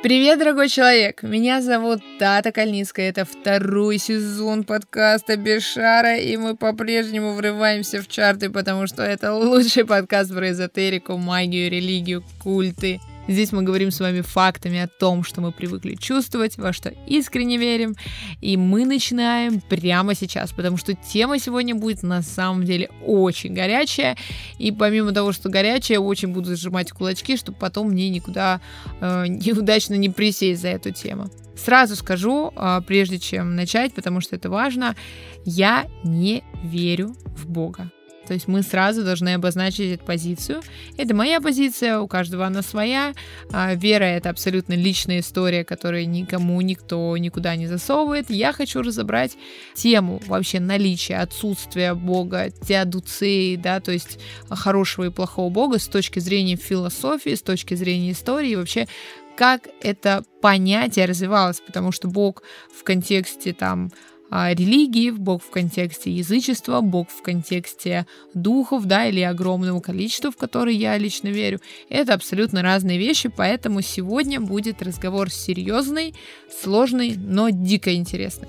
Привет, дорогой человек! Меня зовут Тата Кальницкая. Это второй сезон подкаста «Без шара», и мы по-прежнему врываемся в чарты, потому что это лучший подкаст про эзотерику, магию, религию, культы. Здесь мы говорим с вами фактами о том, что мы привыкли чувствовать, во что искренне верим. И мы начинаем прямо сейчас, потому что тема сегодня будет на самом деле очень горячая. И помимо того, что горячая, очень буду сжимать кулачки, чтобы потом мне никуда неудачно не присесть за эту тему. Сразу скажу, прежде чем начать, потому что это важно, я не верю в Бога. То есть мы сразу должны обозначить эту позицию. Это моя позиция, у каждого она своя. Вера — это абсолютно личная история, которую никому никто никуда не засовывает. Я хочу разобрать тему вообще наличия, отсутствия Бога, теодицеи, да, то есть хорошего и плохого Бога с точки зрения философии, с точки зрения истории и вообще как это понятие развивалось, потому что Бог в контексте религии, Бог в контексте язычества, Бог в контексте духов, да, или огромного количества, в которые я лично верю. Это абсолютно разные вещи, поэтому сегодня будет разговор серьезный, сложный, но дико интересный.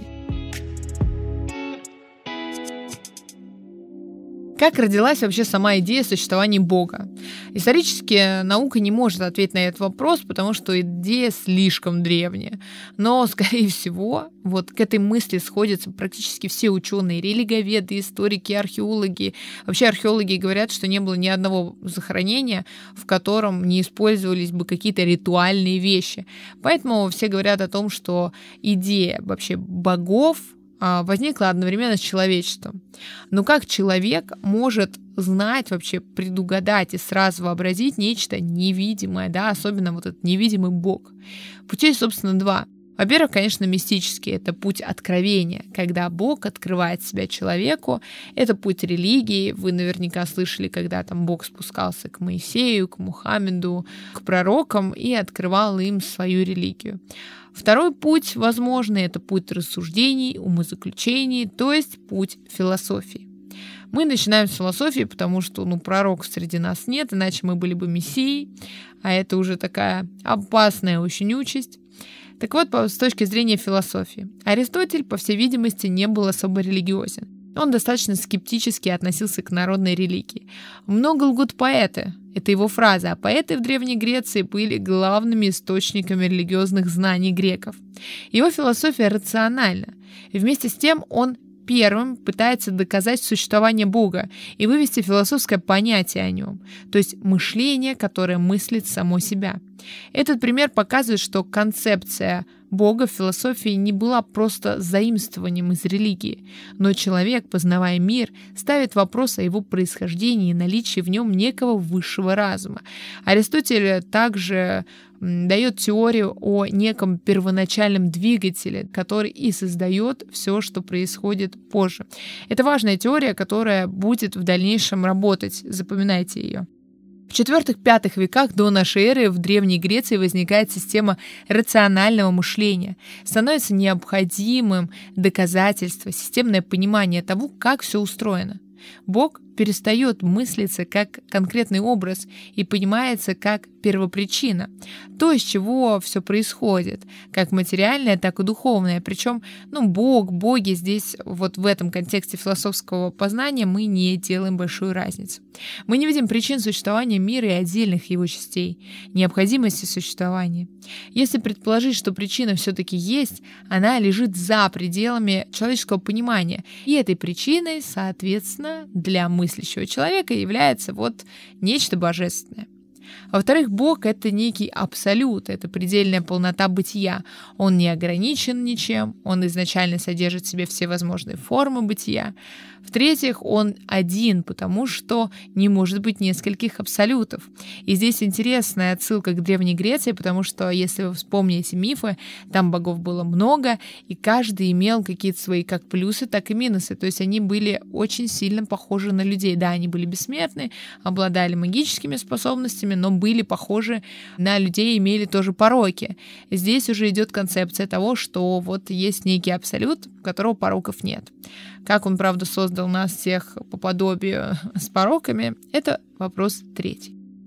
Как родилась вообще сама идея существования Бога? Исторически наука не может ответить на этот вопрос, потому что идея слишком древняя. Но, скорее всего, вот к этой мысли сходятся практически все ученые, религоведы, историки, археологи. Вообще археологи говорят, что не было ни одного захоронения, в котором не использовались бы какие-то ритуальные вещи. Поэтому все говорят о том, что идея вообще богов возникла одновременно с человечеством. Но как человек может знать, вообще предугадать и сразу вообразить нечто невидимое, да, особенно вот этот невидимый Бог? Путей, собственно, два. Во-первых, конечно, мистический. Это путь откровения, когда Бог открывает себя человеку. Это путь религии. Вы наверняка слышали, когда там Бог спускался к Моисею, к Мухаммеду, к пророкам и открывал им свою религию. Второй путь, возможно, это путь рассуждений, умозаключений, то есть путь философии. Мы начинаем с философии, потому что, пророков среди нас нет, иначе мы были бы мессией, а это уже такая опасная очень участь. Так вот, с точки зрения философии, Аристотель, по всей видимости, не был особо религиозен. Он достаточно скептически относился к народной религии. Много лгут поэты. Это его фраза. А поэты в Древней Греции были главными источниками религиозных знаний греков. Его философия рациональна. И вместе с тем он первым пытается доказать существование Бога и вывести философское понятие о нем, то есть мышление, которое мыслит само себя. Этот пример показывает, что концепция Бога в философии не была просто заимствованием из религии, но человек, познавая мир, ставит вопрос о его происхождении и наличии в нем некого высшего разума. Аристотель также дает теорию о неком первоначальном двигателе, который и создает все, что происходит позже. Это важная теория, которая будет в дальнейшем работать. Запоминайте ее. В IV-V веках до нашей эры в Древней Греции возникает система рационального мышления. Становится необходимым доказательство, системное понимание того, как все устроено. Бог перестает мыслиться как конкретный образ и понимается как первопричина, то, из чего все происходит, как материальное, так и духовное. Причем, Бог, боги здесь, вот в этом контексте философского познания мы не делаем большую разницу. Мы не видим причин существования мира и отдельных его частей, необходимости существования. Если предположить, что причина все-таки есть, она лежит за пределами человеческого понимания, и этой причиной, соответственно, для мыслящего человека является нечто божественное. Во-вторых, Бог — это некий абсолют, это предельная полнота бытия. Он не ограничен ничем, он изначально содержит в себе все возможные формы бытия. В-третьих, он один, потому что не может быть нескольких абсолютов. И здесь интересная отсылка к Древней Греции, потому что, если вы вспомните мифы, там богов было много, и каждый имел какие-то свои как плюсы, так и минусы. То есть они были очень сильно похожи на людей. Да, они были бессмертны, обладали магическими способностями, но были похожи на людей, имели тоже пороки. Здесь уже идет концепция того, что есть некий абсолют, у которого пороков нет. Как он, правда, создал нас всех по подобию с пороками, это вопрос третий.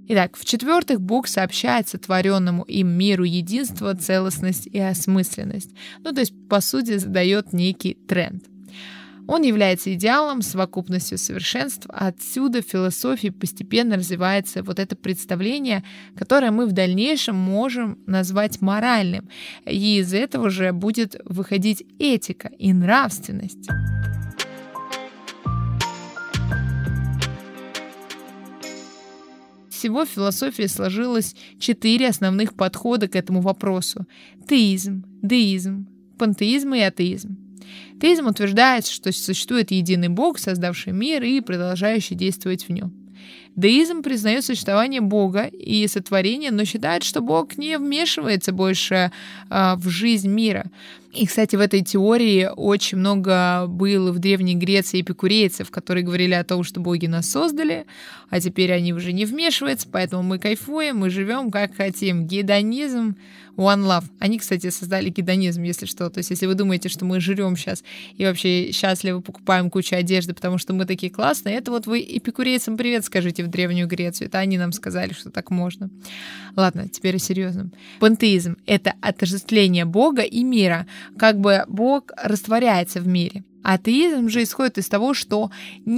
Итак, в-четвертых, Бог сообщает сотворенному им миру единство, целостность и осмысленность. То есть, по сути, задает некий тренд. Он является идеалом, совокупностью совершенств. Отсюда в философии постепенно развивается вот это представление, которое мы в дальнейшем можем назвать моральным. И из этого же будет выходить этика и нравственность. Всего в философии сложилось 4 основных подхода к этому вопросу. Теизм, деизм, пантеизм и атеизм. Теизм утверждает, что существует единый Бог, создавший мир и продолжающий действовать в нем. Деизм признает существование Бога и сотворение, но считает, что Бог не вмешивается больше в жизнь мира. И, кстати, в этой теории очень много было в Древней Греции эпикурейцев, которые говорили о том, что боги нас создали, а теперь они уже не вмешиваются, поэтому мы кайфуем, мы живем как хотим. Гедонизм, one love. Они, кстати, создали гедонизм, если что. То есть, если вы думаете, что мы жрем сейчас и вообще счастливо покупаем кучу одежды, потому что мы такие классные, это вот вы эпикурейцам привет скажите в Древнюю Грецию. Это они нам сказали, что так можно. Ладно, теперь о серьезном. Пантеизм — это отождествление Бога и мира. Как бы Бог растворяется в мире. Атеизм же исходит из того, что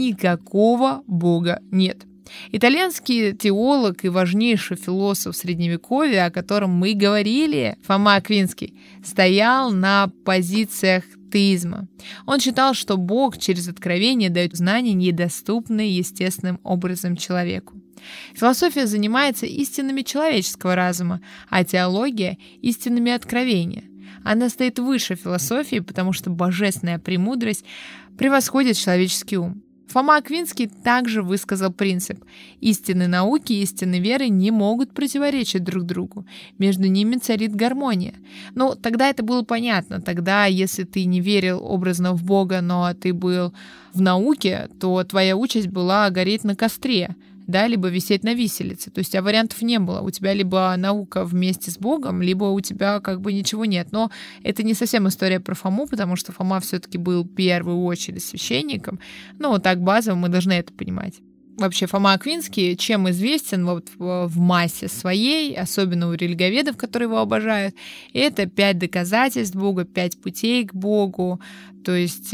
никакого Бога нет. Итальянский теолог и важнейший философ Средневековья, о котором мы говорили, Фома Аквинский, стоял на позициях теизма. Он считал, что Бог через откровение дает знания, недоступные естественным образом человеку. Философия занимается истинами человеческого разума, а теология — истинами откровения. Она стоит выше философии, потому что божественная премудрость превосходит человеческий ум. Фома Аквинский также высказал принцип: истины науки и истины веры не могут противоречить друг другу. Между ними царит гармония. Тогда это было понятно. Тогда, если ты не верил образно в Бога, но ты был в науке, то твоя участь была гореть на костре, либо висеть на виселице. То есть вариантов не было. У тебя либо наука вместе с Богом, либо у тебя ничего нет. Но это не совсем история про Фому, потому что Фома все-таки был в первую очередь священником. Так базово мы должны это понимать. Вообще Фома Аквинский чем известен в массе своей, особенно у религоведов, которые его обожают, это 5 доказательств Бога, 5 путей к Богу. То есть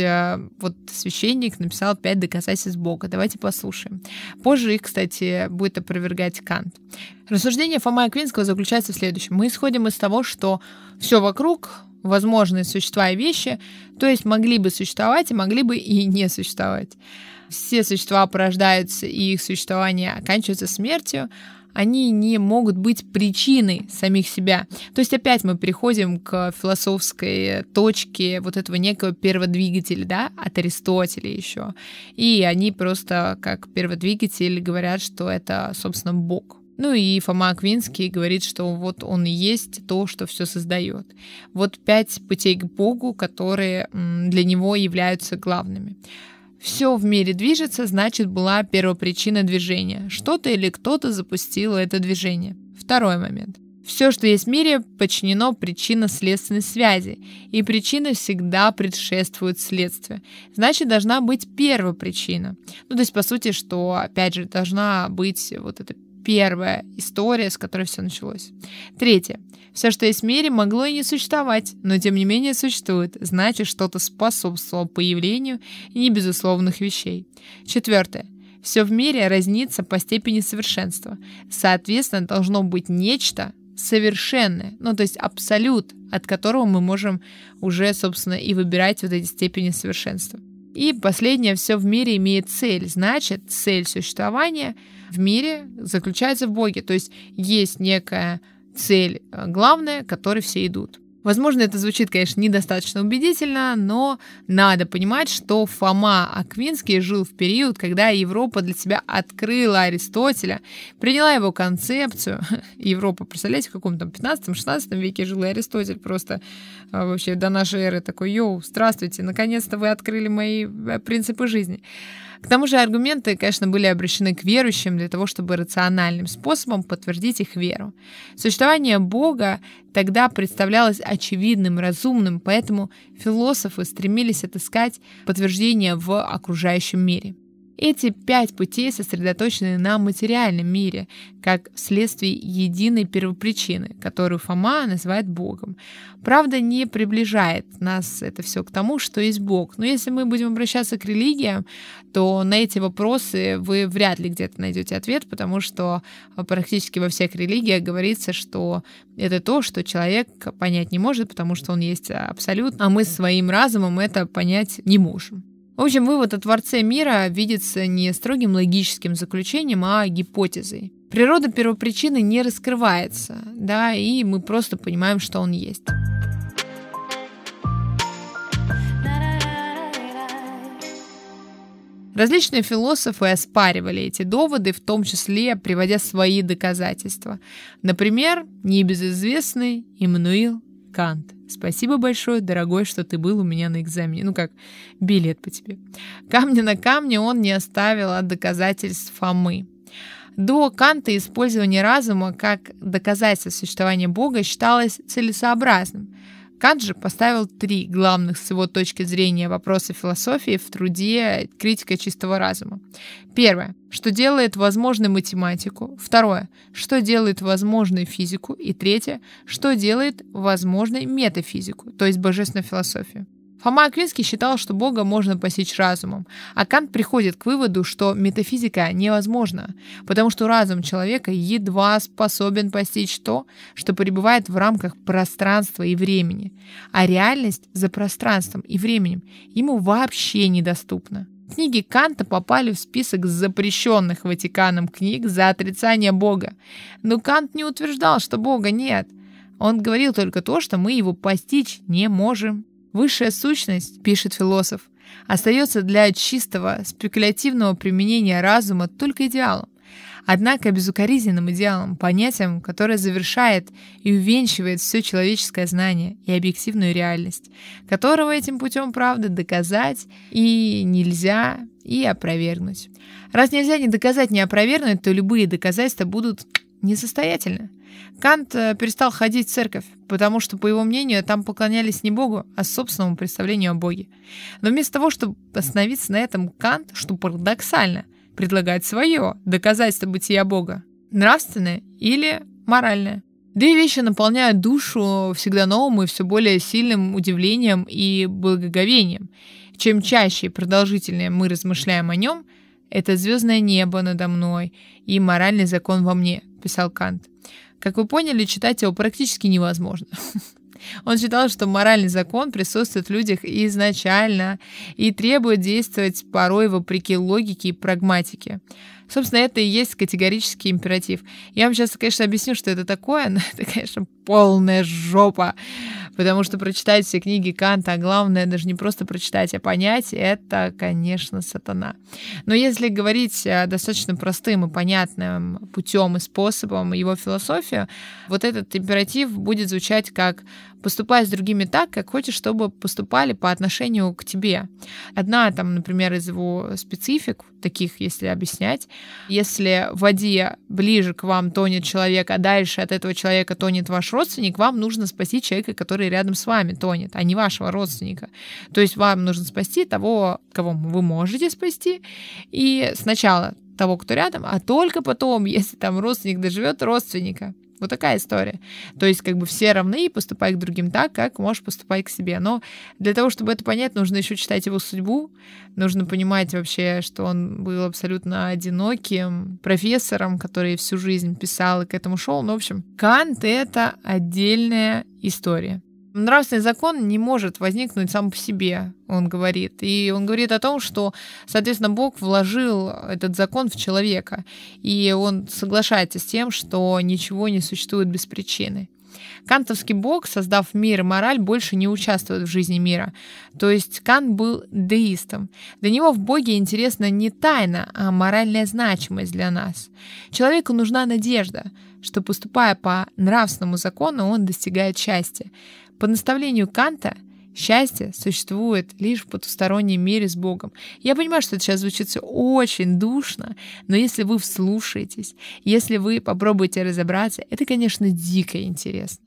священник написал 5 доказательств Бога. Давайте послушаем. Позже их, кстати, будет опровергать Кант. Рассуждение Фомы Аквинского заключается в следующем. Мы исходим из того, что все вокруг — возможные существа и вещи, то есть могли бы существовать и могли бы и не существовать. Все существа порождаются, и их существование оканчивается смертью. Они не могут быть причиной самих себя. То есть опять мы переходим к философской точке этого некого перводвигателя, от Аристотеля еще. И они просто как перводвигатель говорят, что это, собственно, Бог. И Фома Аквинский говорит, что он и есть то, что все создает. 5 путей к Богу, которые для него являются главными. Все в мире движется, значит, была первопричина движения. Что-то или кто-то запустило это движение. Второй момент. Все, что есть в мире, подчинено причинно-следственной связи, и причина всегда предшествует следствию. Значит, должна быть первопричина. То есть, по сути, что, опять же, должна быть эта первая история, с которой все началось. Третье. Все, что есть в мире, могло и не существовать, но тем не менее существует. Значит, что-то способствовало появлению небезусловных вещей. Четвертое. Все в мире разнится по степени совершенства. Соответственно, должно быть нечто совершенное, то есть абсолют, от которого мы можем уже, собственно, и выбирать эти степени совершенства. И последнее. Все в мире имеет цель. Значит, цель существования в мире заключается в Боге. То есть есть некая цель главная, к которой все идут. Возможно, это звучит, конечно, недостаточно убедительно, но надо понимать, что Фома Аквинский жил в период, когда Европа для себя открыла Аристотеля, приняла его концепцию. Европа, представляете, в каком-то 15-16 веке жил Аристотель, просто вообще до нашей эры такой: йоу, здравствуйте, наконец-то вы открыли мои принципы жизни. К тому же аргументы, конечно, были обращены к верующим для того, чтобы рациональным способом подтвердить их веру. Существование Бога тогда представлялось очевидным, разумным, поэтому философы стремились отыскать подтверждение в окружающем мире. Эти 5 путей сосредоточены на материальном мире, как вследствие единой первопричины, которую Фома называет Богом. Правда, не приближает нас это все к тому, что есть Бог. Но если мы будем обращаться к религиям, то на эти вопросы вы вряд ли где-то найдете ответ, потому что практически во всех религиях говорится, что это то, что человек понять не может, потому что он есть абсолют, а мы своим разумом это понять не можем. В общем, вывод о Творце мира видится не строгим логическим заключением, а гипотезой. Природа первопричины не раскрывается, да, и мы просто понимаем, что он есть. Различные философы оспаривали эти доводы, в том числе приводя свои доказательства. Например, небезызвестный Иммануил Кант. Спасибо большое, дорогой, что ты был у меня на экзамене. Как билет по тебе. Камня на камне он не оставил от доказательств Фомы. До Канта использование разума как доказательство существования Бога считалось целесообразным. Кант же поставил 3 главных с его точки зрения вопроса философии в труде «Критика чистого разума». Первое. Что делает возможной математику? Второе. Что делает возможной физику? И третье. Что делает возможной метафизику, то есть божественную философию? Фома Аквинский считал, что Бога можно постичь разумом, а Кант приходит к выводу, что метафизика невозможна, потому что разум человека едва способен постичь то, что пребывает в рамках пространства и времени, а реальность за пространством и временем ему вообще недоступна. Книги Канта попали в список запрещенных Ватиканом книг за отрицание Бога, но Кант не утверждал, что Бога нет. Он говорил только то, что мы его постичь не можем. Высшая сущность, пишет философ, остается для чистого спекулятивного применения разума только идеалом. Однако безукоризненным идеалом, понятием, которое завершает и увенчивает все человеческое знание и объективную реальность, которого этим путем, правда, доказать и нельзя, и опровергнуть. Раз нельзя ни доказать, ни опровергнуть, то любые доказательства будут несостоятельны. Кант перестал ходить в церковь, потому что, по его мнению, там поклонялись не Богу, а собственному представлению о Боге. Но вместо того, чтобы остановиться на этом, Кант, что парадоксально, предлагает свое доказательство бытия Бога. Нравственное или моральное. 2 вещи наполняют душу всегда новым и все более сильным удивлением и благоговением. Чем чаще и продолжительнее мы размышляем о нем, это звездное небо надо мной и моральный закон во мне, писал Кант. Как вы поняли, читать его практически невозможно. Он считал, что моральный закон присутствует в людях изначально и требует действовать порой вопреки логике и прагматике. Собственно, это и есть категорический императив. Я вам сейчас, конечно, объясню, что это такое, но это, конечно, полная жопа. Потому что прочитать все книги Канта, а главное, даже не просто прочитать, а понять, это, конечно, сатана. Но если говорить достаточно простым и понятным путем и способом его философию, вот этот императив будет звучать как «поступай с другими так, как хочешь, чтобы поступали по отношению к тебе». Одна, например, из его специфик, таких, если объяснять, если в воде ближе к вам тонет человек, а дальше от этого человека тонет ваш родственник, вам нужно спасти человека, который рядом с вами тонет, а не вашего родственника. То есть вам нужно спасти того, кого вы можете спасти, и сначала того, кто рядом, а только потом, если там родственник доживет, родственника. Вот такая история. То есть все равны и поступай к другим так, как можешь поступать к себе. Но для того, чтобы это понять, нужно еще читать его судьбу. Нужно понимать вообще, что он был абсолютно одиноким профессором, который всю жизнь писал и к этому шел. Ну, в общем, Кант — это отдельная история. Нравственный закон не может возникнуть сам по себе, он говорит. И он говорит о том, что, соответственно, Бог вложил этот закон в человека. И он соглашается с тем, что ничего не существует без причины. Кантовский Бог, создав мир и мораль, больше не участвует в жизни мира. То есть Кант был деистом. Для него в Боге интересна не тайна, а моральная значимость для нас. Человеку нужна надежда, что, поступая по нравственному закону, он достигает счастья. По наставлению Канта, счастье существует лишь в потустороннем мире с Богом. Я понимаю, что это сейчас звучит все очень душно, но если вы вслушаетесь, если вы попробуете разобраться, это, конечно, дико интересно.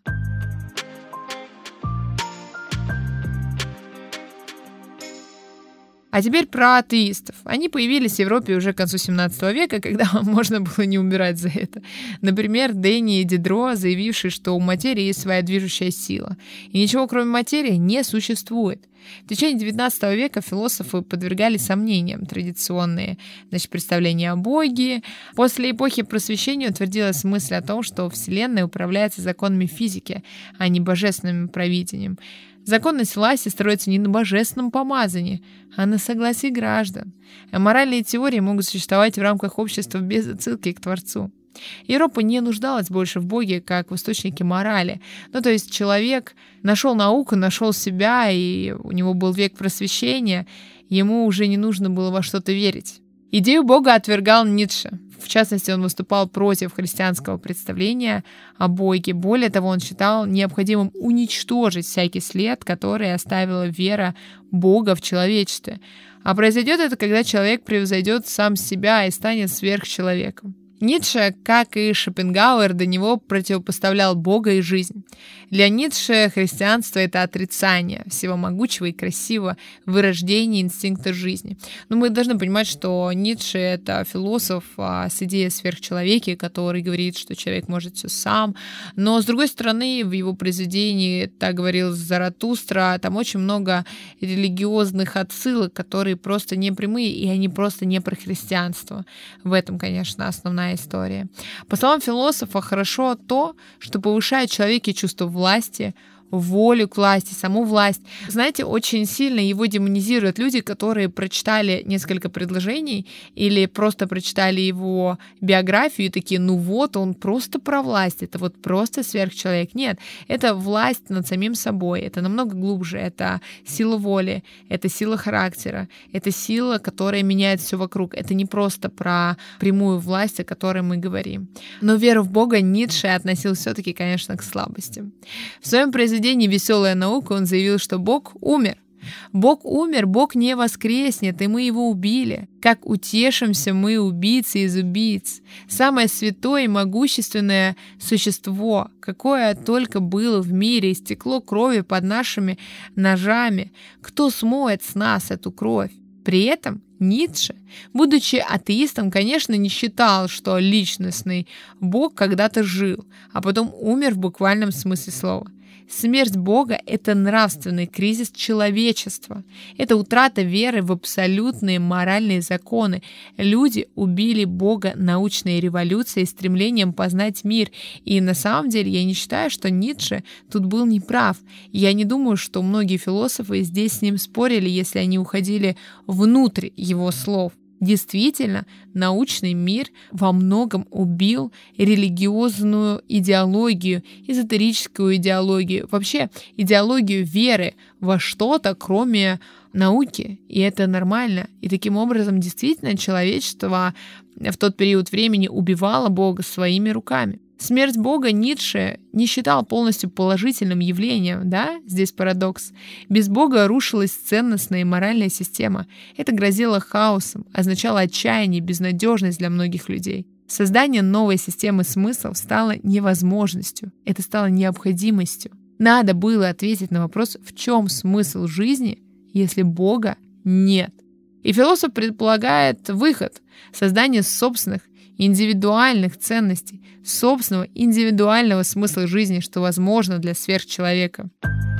А теперь про атеистов. Они появились в Европе уже к концу 17 века, когда можно было не умирать за это. Например, Дени Дидро, заявивший, что у материи есть своя движущая сила, и ничего кроме материи не существует. В течение 19 века философы подвергали сомнениям традиционные представления о Боге. После эпохи Просвещения утвердилась мысль о том, что Вселенная управляется законами физики, а не божественным провидением. Законы Селасии строятся не на божественном помазании, а на согласии граждан. А моральные теории могут существовать в рамках общества без отсылки к Творцу. Европа не нуждалась больше в Боге, как в источнике морали. То есть человек нашел науку, нашел себя, и у него был век просвещения, ему уже не нужно было во что-то верить. Идею Бога отвергал Ницше. В частности, он выступал против христианского представления о Боге. Более того, он считал необходимым уничтожить всякий след, который оставила вера Бога в человечестве. А произойдет это, когда человек превзойдет сам себя и станет сверхчеловеком. Ницше, как и Шопенгауэр, до него противопоставлял Бога и жизнь. Для Ницше христианство — это отрицание всего могучего и красивого, вырождение инстинкта жизни. Но мы должны понимать, что Ницше — это философ с идеей о сверхчеловеке, который говорит, что человек может все сам. Но, с другой стороны, в его произведении «Так говорил Заратустра» там очень много религиозных отсылок, которые просто не прямые, и они просто не про христианство. В этом, конечно, основная история. По словам философа, хорошо то, что повышает в человеке чувство власти, волю к власти, саму власть. Знаете, очень сильно его демонизируют люди, которые прочитали несколько предложений или просто прочитали его биографию и такие, он просто про власть, это просто сверхчеловек. Нет, это власть над самим собой, это намного глубже, это сила воли, это сила характера, это сила, которая меняет все вокруг. Это не просто про прямую власть, о которой мы говорим. Но веру в Бога Ницше относил все-таки, конечно, к слабости. В своем произведении «Веселая наука» он заявил, что Бог умер. Бог умер, Бог не воскреснет, и мы его убили. Как утешимся мы, убийцы из убийц. Самое святое и могущественное существо, какое только было в мире, истекло кровью под нашими ножами. Кто смоет с нас эту кровь? При этом Ницше, будучи атеистом, конечно, не считал, что личностный Бог когда-то жил, а потом умер в буквальном смысле слова. Смерть Бога — это нравственный кризис человечества. Это утрата веры в абсолютные моральные законы. Люди убили Бога научной революцией и стремлением познать мир. И на самом деле я не считаю, что Ницше тут был неправ. Я не думаю, что многие философы здесь с ним спорили, если они уходили внутрь его слов. Действительно, научный мир во многом убил религиозную идеологию, эзотерическую идеологию, вообще идеологию веры во что-то, кроме науки. И это нормально. И таким образом, действительно, человечество в тот период времени убивало Бога своими руками. Смерть Бога Ницше не считал полностью положительным явлением, да? Здесь парадокс. Без Бога рушилась ценностная и моральная система. Это грозило хаосом, означало отчаяние и безнадежность для многих людей. Создание новой системы смыслов стало невозможностью. Это стало необходимостью. Надо было ответить на вопрос, в чем смысл жизни, если Бога нет. И философ предполагает выход, создание собственных, индивидуальных ценностей, собственного индивидуального смысла жизни, что возможно для сверхчеловека.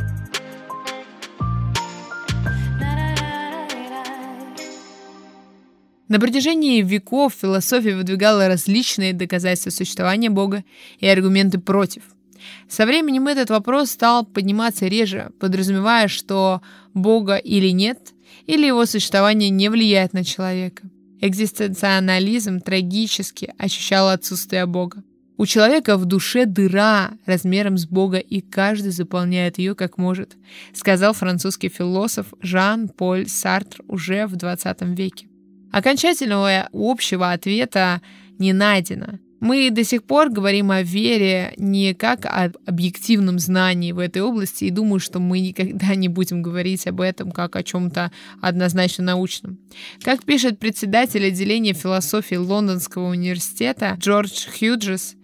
На протяжении веков философия выдвигала различные доказательства существования Бога и аргументы против. Со временем этот вопрос стал подниматься реже, подразумевая, что Бога или нет, или его существование не влияет на человека. Экзистенциализм трагически ощущал отсутствие Бога. У человека в душе дыра размером с Бога, и каждый заполняет ее как может, сказал французский философ Жан-Поль Сартр уже в 20 веке. Окончательного общего ответа не найдено. Мы до сих пор говорим о вере не как об объективном знании в этой области, и думаю, что мы никогда не будем говорить об этом как о чем-то однозначно научном. Как пишет председатель отделения философии Лондонского университета Джордж Хьюджес,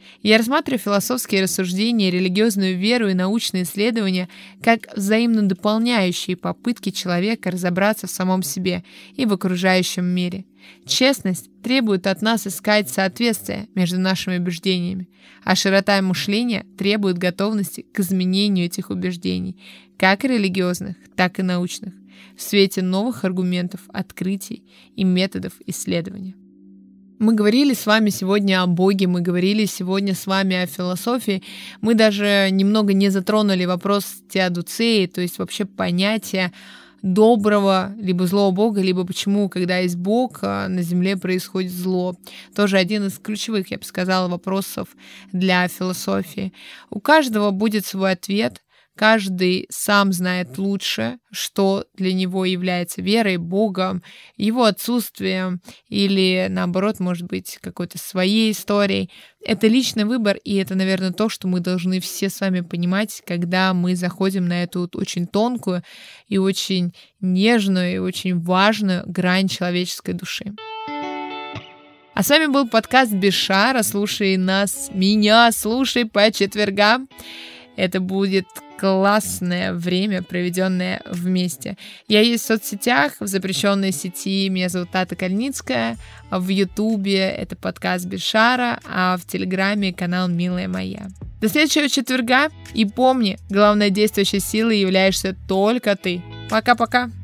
Я рассматриваю философские рассуждения, религиозную веру и научные исследования как взаимно дополняющие попытки человека разобраться в самом себе и в окружающем мире. Честность требует от нас искать соответствие между нашими убеждениями, а широта мышления требует готовности к изменению этих убеждений, как религиозных, так и научных, в свете новых аргументов, открытий и методов исследования. Мы говорили с вами сегодня о Боге, мы говорили сегодня с вами о философии. Мы даже немного не затронули вопрос теодицеи, то есть вообще понятия доброго либо злого Бога, либо почему, когда есть Бог, на земле происходит зло. Тоже один из ключевых, я бы сказала, вопросов для философии. У каждого будет свой ответ. Каждый сам знает лучше, что для него является верой, Богом, его отсутствием или, наоборот, может быть, какой-то своей историей. Это личный выбор, и это, наверное, то, что мы должны все с вами понимать, когда мы заходим на эту очень тонкую и очень нежную и очень важную грань человеческой души. А с вами был подкаст «Без шара». Слушай меня слушай по четвергам. Это будет классное время, проведенное вместе. Я есть в соцсетях, в запрещенной сети. Меня зовут Тата Кальницкая. В Ютубе это подкаст «Без шара», а в Телеграме канал «Милая моя». До следующего четверга. И помни, главной действующей силой являешься только ты. Пока-пока.